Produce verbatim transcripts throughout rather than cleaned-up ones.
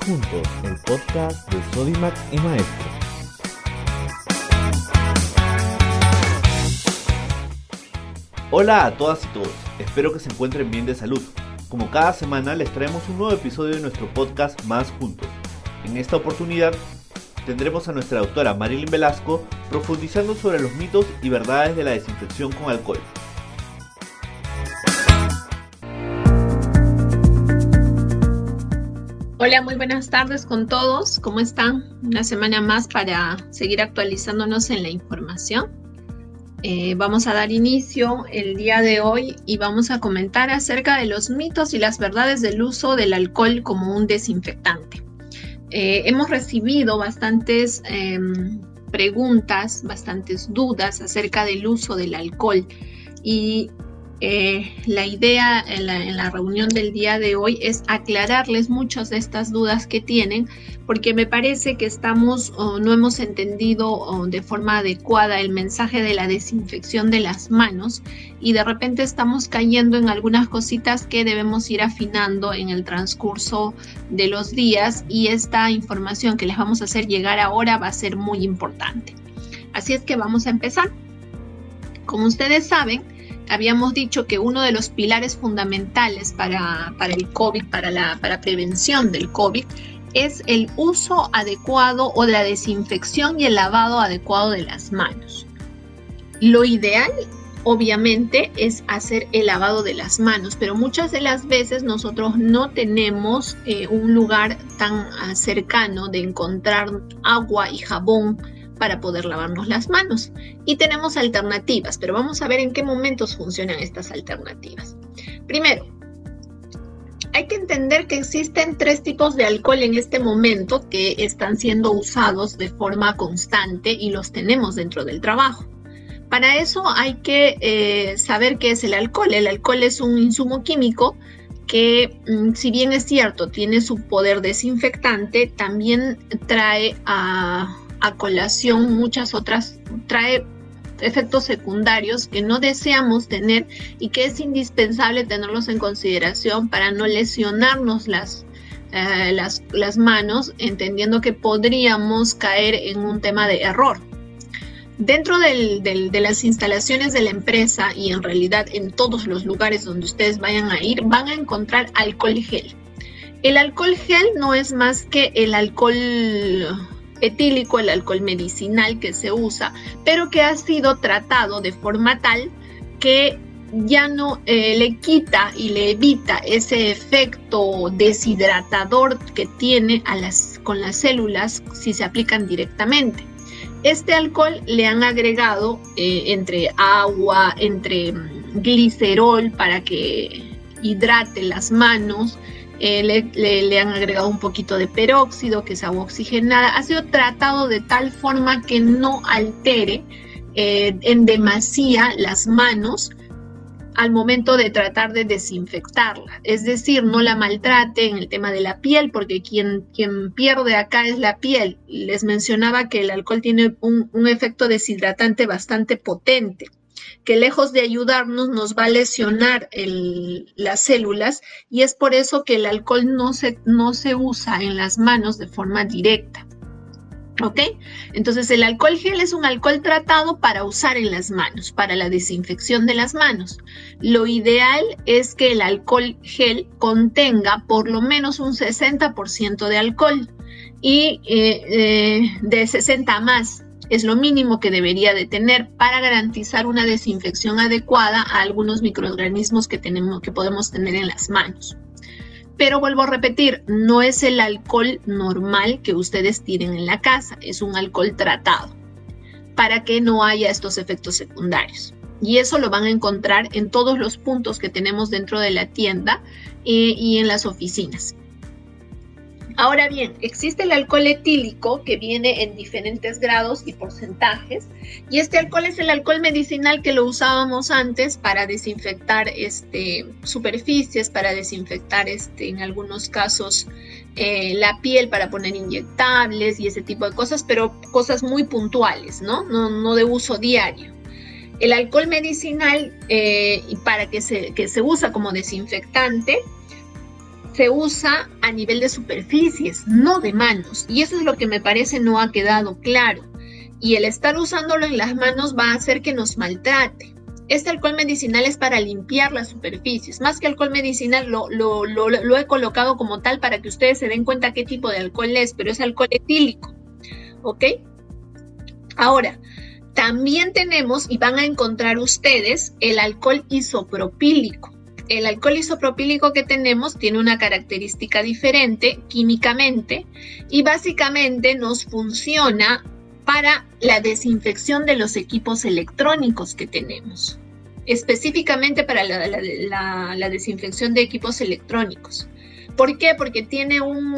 Juntos, el podcast de Sodimac y Maestro. Hola a todas y todos, espero que se encuentren bien de salud. Como cada semana les traemos un nuevo episodio de nuestro podcast Más Juntos. En esta oportunidad tendremos a nuestra doctora Marilyn Velasco profundizando sobre los mitos y verdades de la desinfección con alcohol. Hola, muy buenas tardes con todos. ¿Cómo están? Una semana más para seguir actualizándonos en la información. Eh, vamos a dar inicio el día de hoy y vamos a comentar acerca de los mitos y las verdades del uso del alcohol como un desinfectante. Eh, hemos recibido bastantes eh, preguntas, bastantes dudas acerca del uso del alcohol y Eh, la idea en la, en la reunión del día de hoy es aclararles muchas de estas dudas que tienen, porque me parece que estamos o no hemos entendido o de forma adecuada el mensaje de la desinfección de las manos y de repente estamos cayendo en algunas cositas que debemos ir afinando en el transcurso de los días, y esta información que les vamos a hacer llegar ahora va a ser muy importante. Así es que vamos a empezar. Como ustedes saben, habíamos dicho que uno de los pilares fundamentales para, para el COVID, para la para prevención del COVID, es el uso adecuado o la desinfección y el lavado adecuado de las manos. Lo ideal, obviamente, es hacer el lavado de las manos, pero muchas de las veces nosotros no tenemos eh, un lugar tan uh, cercano de encontrar agua y jabón para poder lavarnos las manos. Y tenemos alternativas, pero vamos a ver en qué momentos funcionan estas alternativas. Primero, hay que entender que existen tres tipos de alcohol en este momento que están siendo usados de forma constante y los tenemos dentro del trabajo. Para eso hay que eh, saber qué es el alcohol. El alcohol es un insumo químico que, si bien es cierto, tiene su poder desinfectante, también trae a... a colación muchas otras, trae efectos secundarios que no deseamos tener y que es indispensable tenerlos en consideración para no lesionarnos las, eh, las, las manos, entendiendo que podríamos caer en un tema de error. Dentro del, del, de las instalaciones de la empresa y en realidad en todos los lugares donde ustedes vayan a ir, van a encontrar alcohol gel. El alcohol gel no es más que el alcohol etílico, el alcohol medicinal que se usa, pero que ha sido tratado de forma tal que ya no eh, le quita y le evita ese efecto deshidratador que tiene a las, con las células si se aplican directamente. Este alcohol le han agregado eh, entre agua, entre glicerol para que hidrate las manos. Eh, le, le, le han agregado un poquito de peróxido, que es agua oxigenada. Ha sido tratado de tal forma que no altere eh, en demasía las manos al momento de tratar de desinfectarla. Es decir, no la maltrate en el tema de la piel, porque quien, quien pierde acá es la piel. Les mencionaba que el alcohol tiene un, un efecto deshidratante bastante potente, que lejos de ayudarnos nos va a lesionar el, las células, y es por eso que el alcohol no se, no se usa en las manos de forma directa. ¿Ok? Entonces el alcohol gel es un alcohol tratado para usar en las manos, para la desinfección de las manos. Lo ideal es que el alcohol gel contenga por lo menos un sesenta por ciento de alcohol y eh, eh, de sesenta más. Es lo mínimo que debería de tener para garantizar una desinfección adecuada a algunos microorganismos que, tenemos, que podemos tener en las manos. Pero vuelvo a repetir, no es el alcohol normal que ustedes tienen en la casa, es un alcohol tratado para que no haya estos efectos secundarios. Y eso lo van a encontrar en todos los puntos que tenemos dentro de la tienda eh, y en las oficinas. Ahora bien, existe el alcohol etílico que viene en diferentes grados y porcentajes, y este alcohol es el alcohol medicinal que lo usábamos antes para desinfectar este, superficies, para desinfectar este, en algunos casos eh, la piel, para poner inyectables y ese tipo de cosas, pero cosas muy puntuales, ¿no? No, no de uso diario. El alcohol medicinal, eh, para que se, que se usa como desinfectante, se usa a nivel de superficies, no de manos. Y eso es lo que me parece no ha quedado claro. Y el estar usándolo en las manos va a hacer que nos maltrate. Este alcohol medicinal es para limpiar las superficies. Más que alcohol medicinal, lo, lo, lo, lo he colocado como tal para que ustedes se den cuenta qué tipo de alcohol es, pero es alcohol etílico. ¿Ok? Ahora, también tenemos, y van a encontrar ustedes, el alcohol isopropílico. El alcohol isopropílico que tenemos tiene una característica diferente químicamente y básicamente nos funciona para la desinfección de los equipos electrónicos que tenemos, específicamente para la, la, la, la desinfección de equipos electrónicos. ¿Por qué? Porque tiene,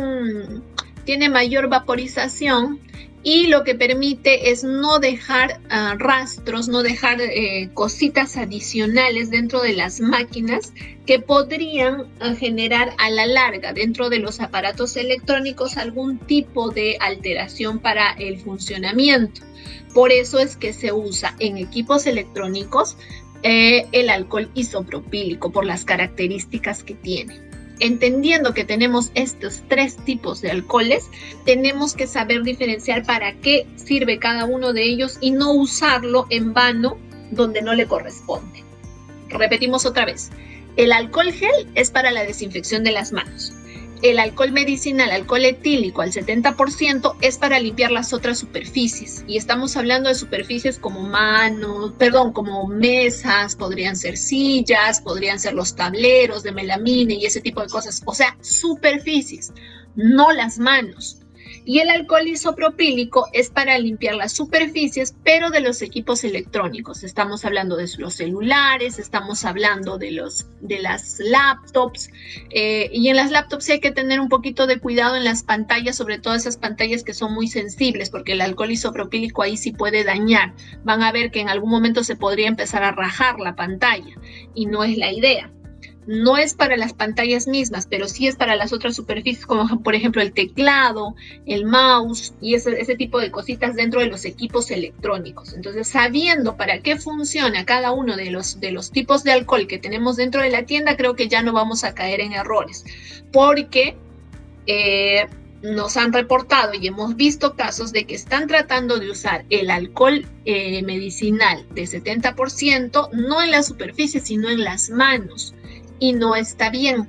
un, tiene mayor vaporización y lo que permite es no dejar uh, rastros, no dejar eh, cositas adicionales dentro de las máquinas que podrían uh, generar a la larga dentro de los aparatos electrónicos algún tipo de alteración para el funcionamiento. Por eso es que se usa en equipos electrónicos eh, el alcohol isopropílico por las características que tiene. Entendiendo que tenemos estos tres tipos de alcoholes, tenemos que saber diferenciar para qué sirve cada uno de ellos y no usarlo en vano donde no le corresponde. Repetimos otra vez. El alcohol gel es para la desinfección de las manos. El alcohol medicinal, alcohol etílico al setenta por ciento es para limpiar las otras superficies. Y estamos hablando de superficies como manos, perdón, como mesas, podrían ser sillas, podrían ser los tableros de melamina y ese tipo de cosas. O sea, superficies, no las manos. Y el alcohol isopropílico es para limpiar las superficies, pero de los equipos electrónicos. Estamos hablando de los celulares, estamos hablando de, los, de las laptops. Eh, y en las laptops hay que tener un poquito de cuidado en las pantallas, sobre todo esas pantallas que son muy sensibles, porque el alcohol isopropílico ahí sí puede dañar. Van a ver que en algún momento se podría empezar a rajar la pantalla y no es la idea. No es para las pantallas mismas, pero sí es para las otras superficies, como por ejemplo el teclado, el mouse y ese, ese tipo de cositas dentro de los equipos electrónicos. Entonces, sabiendo para qué funciona cada uno de los, de los tipos de alcohol que tenemos dentro de la tienda, creo que ya no vamos a caer en errores, porque eh, nos han reportado y hemos visto casos de que están tratando de usar el alcohol eh, medicinal de setenta por ciento, no en la superficie, sino en las manos. Y no está bien,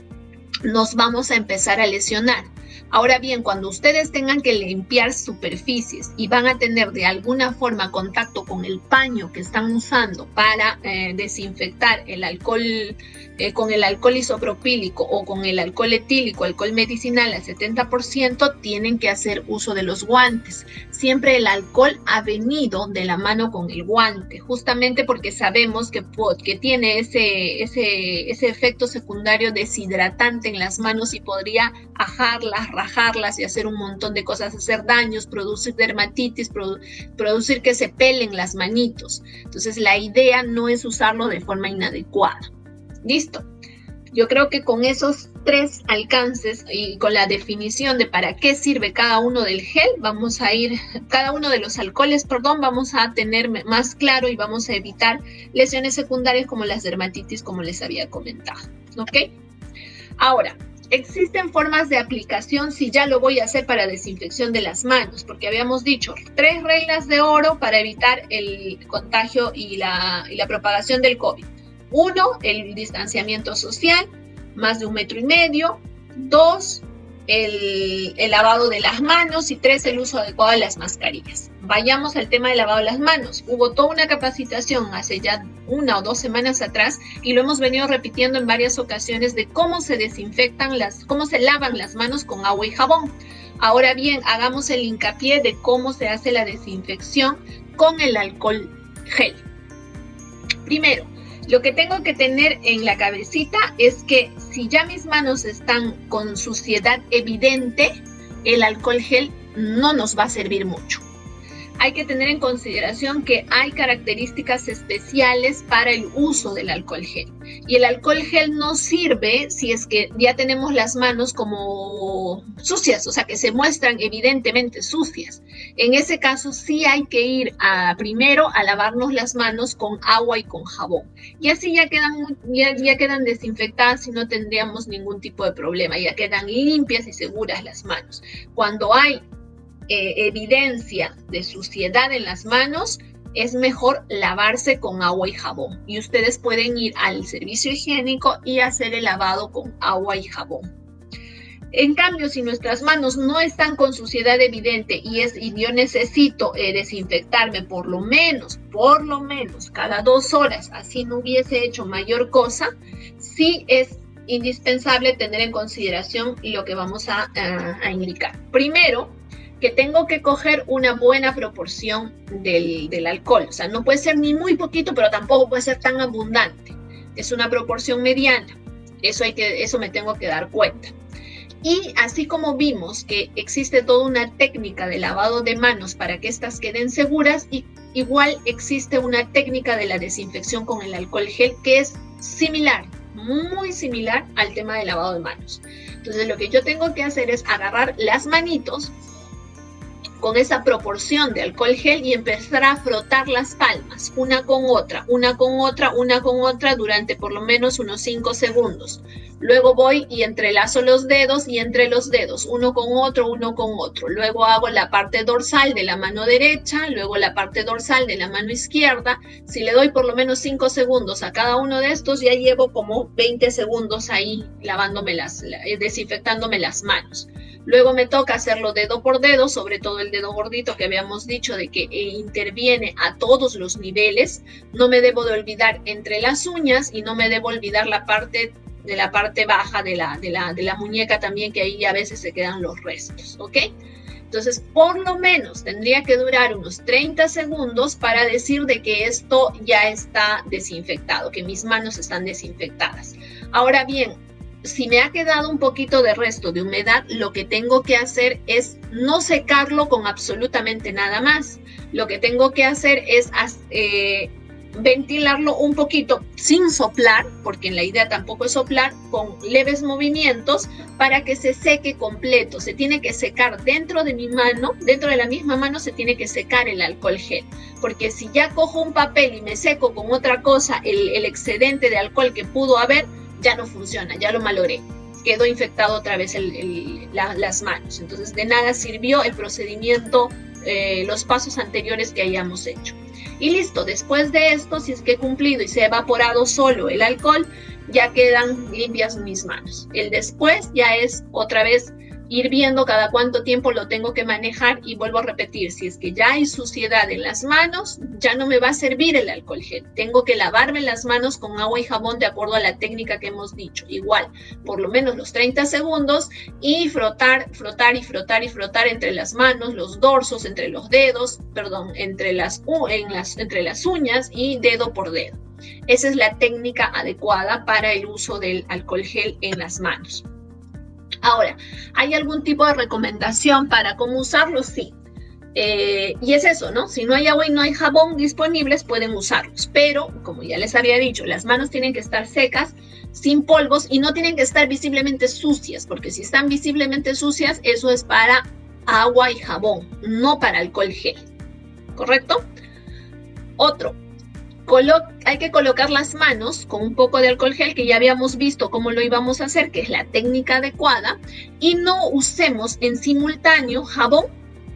nos vamos a empezar a lesionar. Ahora bien, cuando ustedes tengan que limpiar superficies y van a tener de alguna forma contacto con el paño que están usando para eh, desinfectar el alcohol, eh, con el alcohol isopropílico o con el alcohol etílico, alcohol medicinal al setenta por ciento, tienen que hacer uso de los guantes. Siempre el alcohol ha venido de la mano con el guante, justamente porque sabemos que, que tiene ese, ese, ese efecto secundario deshidratante en las manos y podría ajarlas, rajarlas y hacer un montón de cosas, hacer daños, producir dermatitis, produ producir que se pelen las manitos. Entonces la idea no es usarlo de forma inadecuada. ¿Listo? Yo creo que con esos tres alcances y con la definición de para qué sirve cada uno del gel, vamos a ir, cada uno de los alcoholes, perdón, vamos a tener más claro y vamos a evitar lesiones secundarias como las dermatitis, como les había comentado. ¿Ok? Ahora, existen formas de aplicación si ya lo voy a hacer para desinfección de las manos, porque habíamos dicho tres reglas de oro para evitar el contagio y la, y la propagación del COVID. Uno, el distanciamiento social, más de un metro y medio. Dos, el, el lavado de las manos. Y tres, el uso adecuado de las mascarillas. Vayamos al tema del lavado de las manos. Hubo toda una capacitación hace ya una o dos semanas atrás y lo hemos venido repitiendo en varias ocasiones de cómo se desinfectan las, cómo se lavan las manos con agua y jabón. Ahora bien, hagamos el hincapié de cómo se hace la desinfección con el alcohol gel. Primero, lo que tengo que tener en la cabecita es que si ya mis manos están con suciedad evidente, el alcohol gel no nos va a servir mucho. hay que tener en consideración que hay características especiales para el uso del alcohol gel. Y el alcohol gel no sirve si es que ya tenemos las manos como sucias, o sea, que se muestran evidentemente sucias. En ese caso sí hay que ir a, primero a lavarnos las manos con agua y con jabón. Y así ya quedan, ya, ya quedan desinfectadas y no tendríamos ningún tipo de problema. Ya quedan limpias y seguras las manos. Cuando hay Eh, evidencia de suciedad en las manos, es mejor lavarse con agua y jabón. Y ustedes pueden ir al servicio higiénico y hacer el lavado con agua y jabón. En cambio, si nuestras manos no están con suciedad evidente y, es, y yo necesito eh, desinfectarme por lo menos, por lo menos cada dos horas, así no hubiese hecho mayor cosa, sí es indispensable tener en consideración lo que vamos a, a, a indicar. Primero, que tengo que coger una buena proporción del, del alcohol. O sea, no puede ser ni muy poquito, pero tampoco puede ser tan abundante. Es una proporción mediana. Eso, hay que, eso me tengo que dar cuenta. Y así como vimos que existe toda una técnica de lavado de manos para que éstas queden seguras, y igual existe una técnica de la desinfección con el alcohol gel que es similar, muy similar al tema del lavado de manos. Entonces, lo que yo tengo que hacer es agarrar las manitos con esa proporción de alcohol gel y empezar a frotar las palmas, una con otra, una con otra, una con otra, durante por lo menos unos cinco segundos. Luego voy y entrelazo los dedos y entre los dedos, uno con otro, uno con otro. Luego hago la parte dorsal de la mano derecha, luego la parte dorsal de la mano izquierda. Si le doy por lo menos cinco segundos a cada uno de estos, ya llevo como veinte segundos ahí lavándome las, desinfectándome las manos. Luego me toca hacerlo dedo por dedo, sobre todo el dedo gordito que habíamos dicho de que eh, interviene a todos los niveles. No me debo de olvidar entre las uñas y no me debo olvidar la parte de la parte baja de la, de la, de la muñeca también, que ahí a veces se quedan los restos, ¿ok? Entonces, por lo menos tendría que durar unos treinta segundos para decir de que esto ya está desinfectado, que mis manos están desinfectadas. Ahora bien, si me ha quedado un poquito de resto de humedad, lo que tengo que hacer es no secarlo con absolutamente nada más. Lo que tengo que hacer es eh, ventilarlo un poquito sin soplar, porque la idea tampoco es soplar, con leves movimientos para que se seque completo. Se tiene que secar dentro de mi mano, dentro de la misma mano se tiene que secar el alcohol gel, porque si ya cojo un papel y me seco con otra cosa el, el excedente de alcohol que pudo haber, ya no funciona, ya lo malogré, quedó infectado otra vez el, el, la, las manos. Entonces de nada sirvió el procedimiento, eh, los pasos anteriores que hayamos hecho. Y listo, después de esto, si es que he cumplido y se ha evaporado solo el alcohol, ya quedan limpias mis manos. El después ya es otra vez ir viendo cada cuánto tiempo lo tengo que manejar, y vuelvo a repetir, si es que ya hay suciedad en las manos, ya no me va a servir el alcohol gel. Tengo que lavarme las manos con agua y jabón de acuerdo a la técnica que hemos dicho. Igual, por lo menos los treinta segundos, y frotar, frotar y frotar y frotar entre las manos, los dorsos, entre los dedos, perdón, entre las, en las, entre las uñas y dedo por dedo. Esa es la técnica adecuada para el uso del alcohol gel en las manos. Ahora, ¿hay algún tipo de recomendación para cómo usarlo? Sí. Eh, y es eso, ¿no? Si no hay agua y no hay jabón disponibles, pueden usarlos. Pero, como ya les había dicho, las manos tienen que estar secas, sin polvos, y no tienen que estar visiblemente sucias, porque si están visiblemente sucias, eso es para agua y jabón, no para alcohol gel. ¿Correcto? Otro. Colo- hay que colocar las manos con un poco de alcohol gel, que ya habíamos visto cómo lo íbamos a hacer, que es la técnica adecuada, y no usemos en simultáneo jabón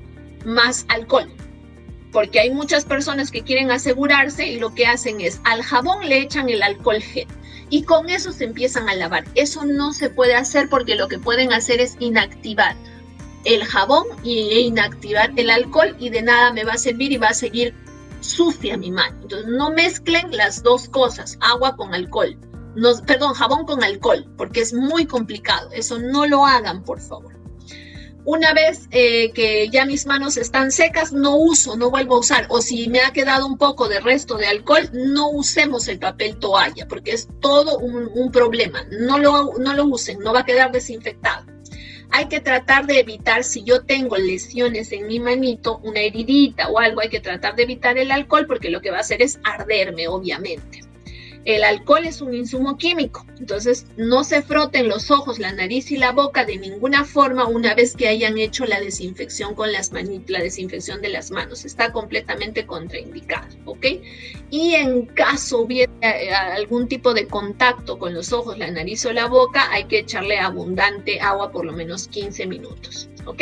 más alcohol, porque hay muchas personas que quieren asegurarse y lo que hacen es al jabón le echan el alcohol gel y con eso se empiezan a lavar. Eso no se puede hacer, porque lo que pueden hacer es inactivar el jabón e inactivar el alcohol, y de nada me va a servir y va a seguir sucia mi mano. Entonces no mezclen las dos cosas, agua con alcohol, no, perdón, jabón con alcohol, porque es muy complicado. Eso no lo hagan, por favor. Una vez eh, que ya mis manos están secas, no uso, no vuelvo a usar, o si me ha quedado un poco de resto de alcohol, no usemos el papel toalla, porque es todo un, un problema. No lo, no lo usen, no va a quedar desinfectado. Hay que tratar de evitar, si yo tengo lesiones en mi manito, una heridita o algo, hay que tratar de evitar el alcohol porque lo que va a hacer es arderme, obviamente. El alcohol es un insumo químico, entonces no se froten los ojos, la nariz y la boca de ninguna forma una vez que hayan hecho la desinfección con las manitas, la desinfección de las manos. Está completamente contraindicado, ¿ok? Y en caso hubiera algún tipo de contacto con los ojos, la nariz o la boca, hay que echarle abundante agua por lo menos quince minutos, ¿ok?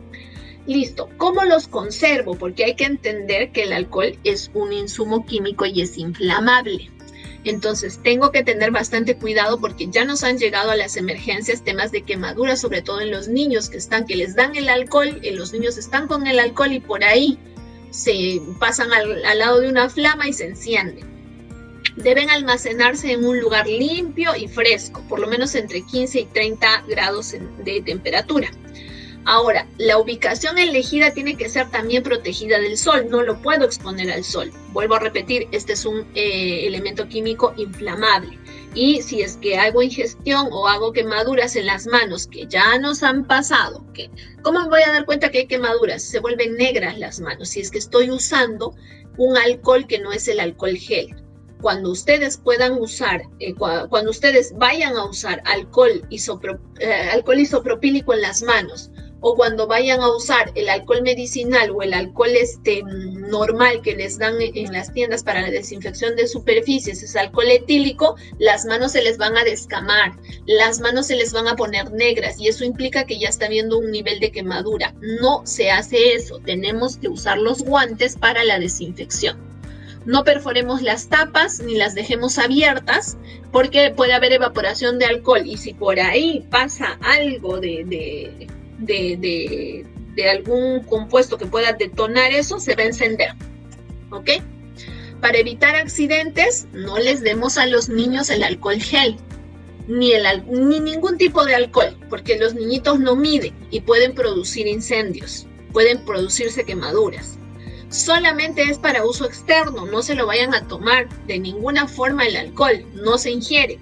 Listo. ¿Cómo los conservo? Porque hay que entender que el alcohol es un insumo químico y es inflamable. Entonces tengo que tener bastante cuidado porque ya nos han llegado a las emergencias temas de quemaduras, sobre todo en los niños que están, que les dan el alcohol, y los niños están con el alcohol y por ahí se pasan al, al lado de una flama y se encienden. Deben almacenarse en un lugar limpio y fresco, por lo menos entre quince y treinta grados de temperatura. Ahora, la ubicación elegida tiene que ser también protegida del sol, no lo puedo exponer al sol. Vuelvo a repetir, este es un eh, elemento químico inflamable. Y si es que hago ingestión o hago quemaduras en las manos que ya nos han pasado, que, ¿cómo me voy a dar cuenta que hay quemaduras? Se vuelven negras las manos si es que estoy usando un alcohol que no es el alcohol gel. Cuando ustedes puedan usar, eh, cu cuando ustedes vayan a usar alcohol, isopro eh, alcohol isopropílico en las manos, o cuando vayan a usar el alcohol medicinal o el alcohol este, normal que les dan en las tiendas para la desinfección de superficies, es alcohol etílico, las manos se les van a descamar, las manos se les van a poner negras y eso implica que ya está habiendo un nivel de quemadura. No se hace eso, tenemos que usar los guantes para la desinfección. No perforemos las tapas ni las dejemos abiertas porque puede haber evaporación de alcohol y si por ahí pasa algo de... de De, de, de algún compuesto que pueda detonar eso, se va a encender, ¿ok? Para evitar accidentes, no les demos a los niños el alcohol gel, ni, el, ni ningún tipo de alcohol, porque los niñitos no miden y pueden producir incendios, pueden producirse quemaduras. Solamente es para uso externo, no se lo vayan a tomar de ninguna forma el alcohol, no se ingiere.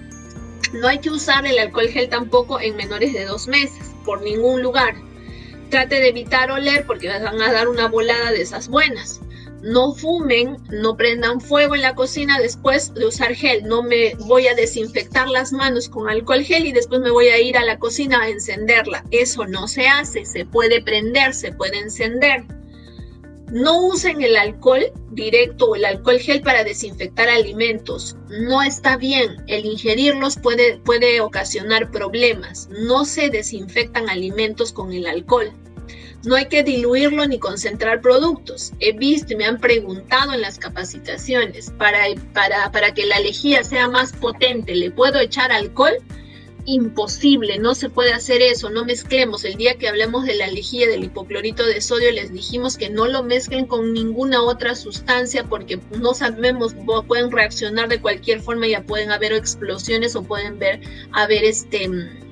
No hay que usar el alcohol gel tampoco en menores de dos meses, por ningún lugar. Trate de evitar oler porque van a dar una volada de esas buenas. No fumen, no prendan fuego en la cocina después de usar gel. No me voy a desinfectar las manos con alcohol gel y después me voy a ir a la cocina a encenderla. Eso no se hace, se puede prender, se puede encender. No usen el alcohol directo o el alcohol gel para desinfectar alimentos. No está bien. El ingerirlos puede, puede ocasionar problemas. No se desinfectan alimentos con el alcohol. No hay que diluirlo ni concentrar productos. He visto y me han preguntado en las capacitaciones, para, para, para que la lejía sea más potente, ¿le puedo echar alcohol? Imposible, no se puede hacer eso, no mezclemos. El día que hablamos de la lejía del hipoclorito de sodio les dijimos que no lo mezclen con ninguna otra sustancia porque no sabemos, pueden reaccionar de cualquier forma, ya pueden haber explosiones o pueden ver, haber este,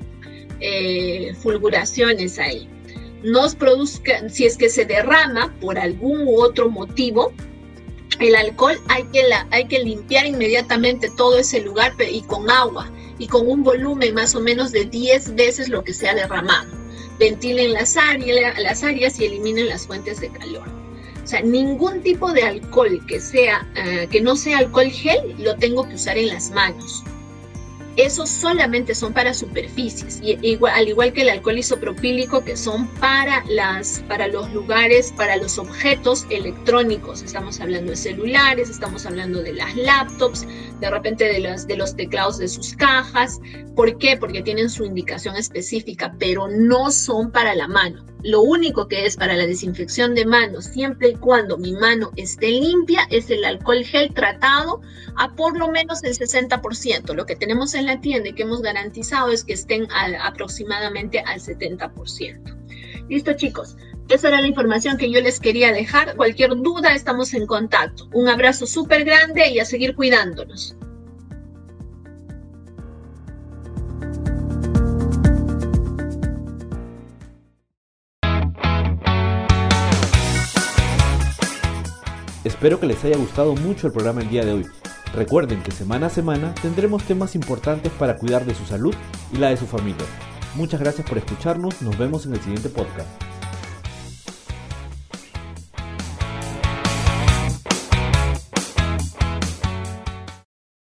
eh, fulguraciones ahí. Nos produzca, si es que se derrama por algún u otro motivo, el alcohol hay que, la, hay que limpiar inmediatamente todo ese lugar y con agua y con un volumen más o menos de diez veces lo que se ha derramado. Ventilen las áreas, las áreas y eliminen las fuentes de calor. O sea, ningún tipo de alcohol que, sea, uh, que no sea alcohol gel lo tengo que usar en las manos. Esos solamente son para superficies, y igual, al igual que el alcohol isopropílico, que son para, las, para los lugares, para los objetos electrónicos. Estamos hablando de celulares, estamos hablando de las laptops, de repente de, las, de los teclados de sus cajas. ¿Por qué? Porque tienen su indicación específica, pero no son para la mano. Lo único que es para la desinfección de manos, siempre y cuando mi mano esté limpia, es el alcohol gel tratado a por lo menos el sesenta por ciento. Lo que tenemos en la tienda y que hemos garantizado es que estén al, aproximadamente al setenta por ciento. Listo, chicos. Esa era la información que yo les quería dejar. Cualquier duda, estamos en contacto. Un abrazo súper grande y a seguir cuidándonos. Espero que les haya gustado mucho el programa el día de hoy. Recuerden que semana a semana tendremos temas importantes para cuidar de su salud y la de su familia. Muchas gracias por escucharnos, nos vemos en el siguiente podcast.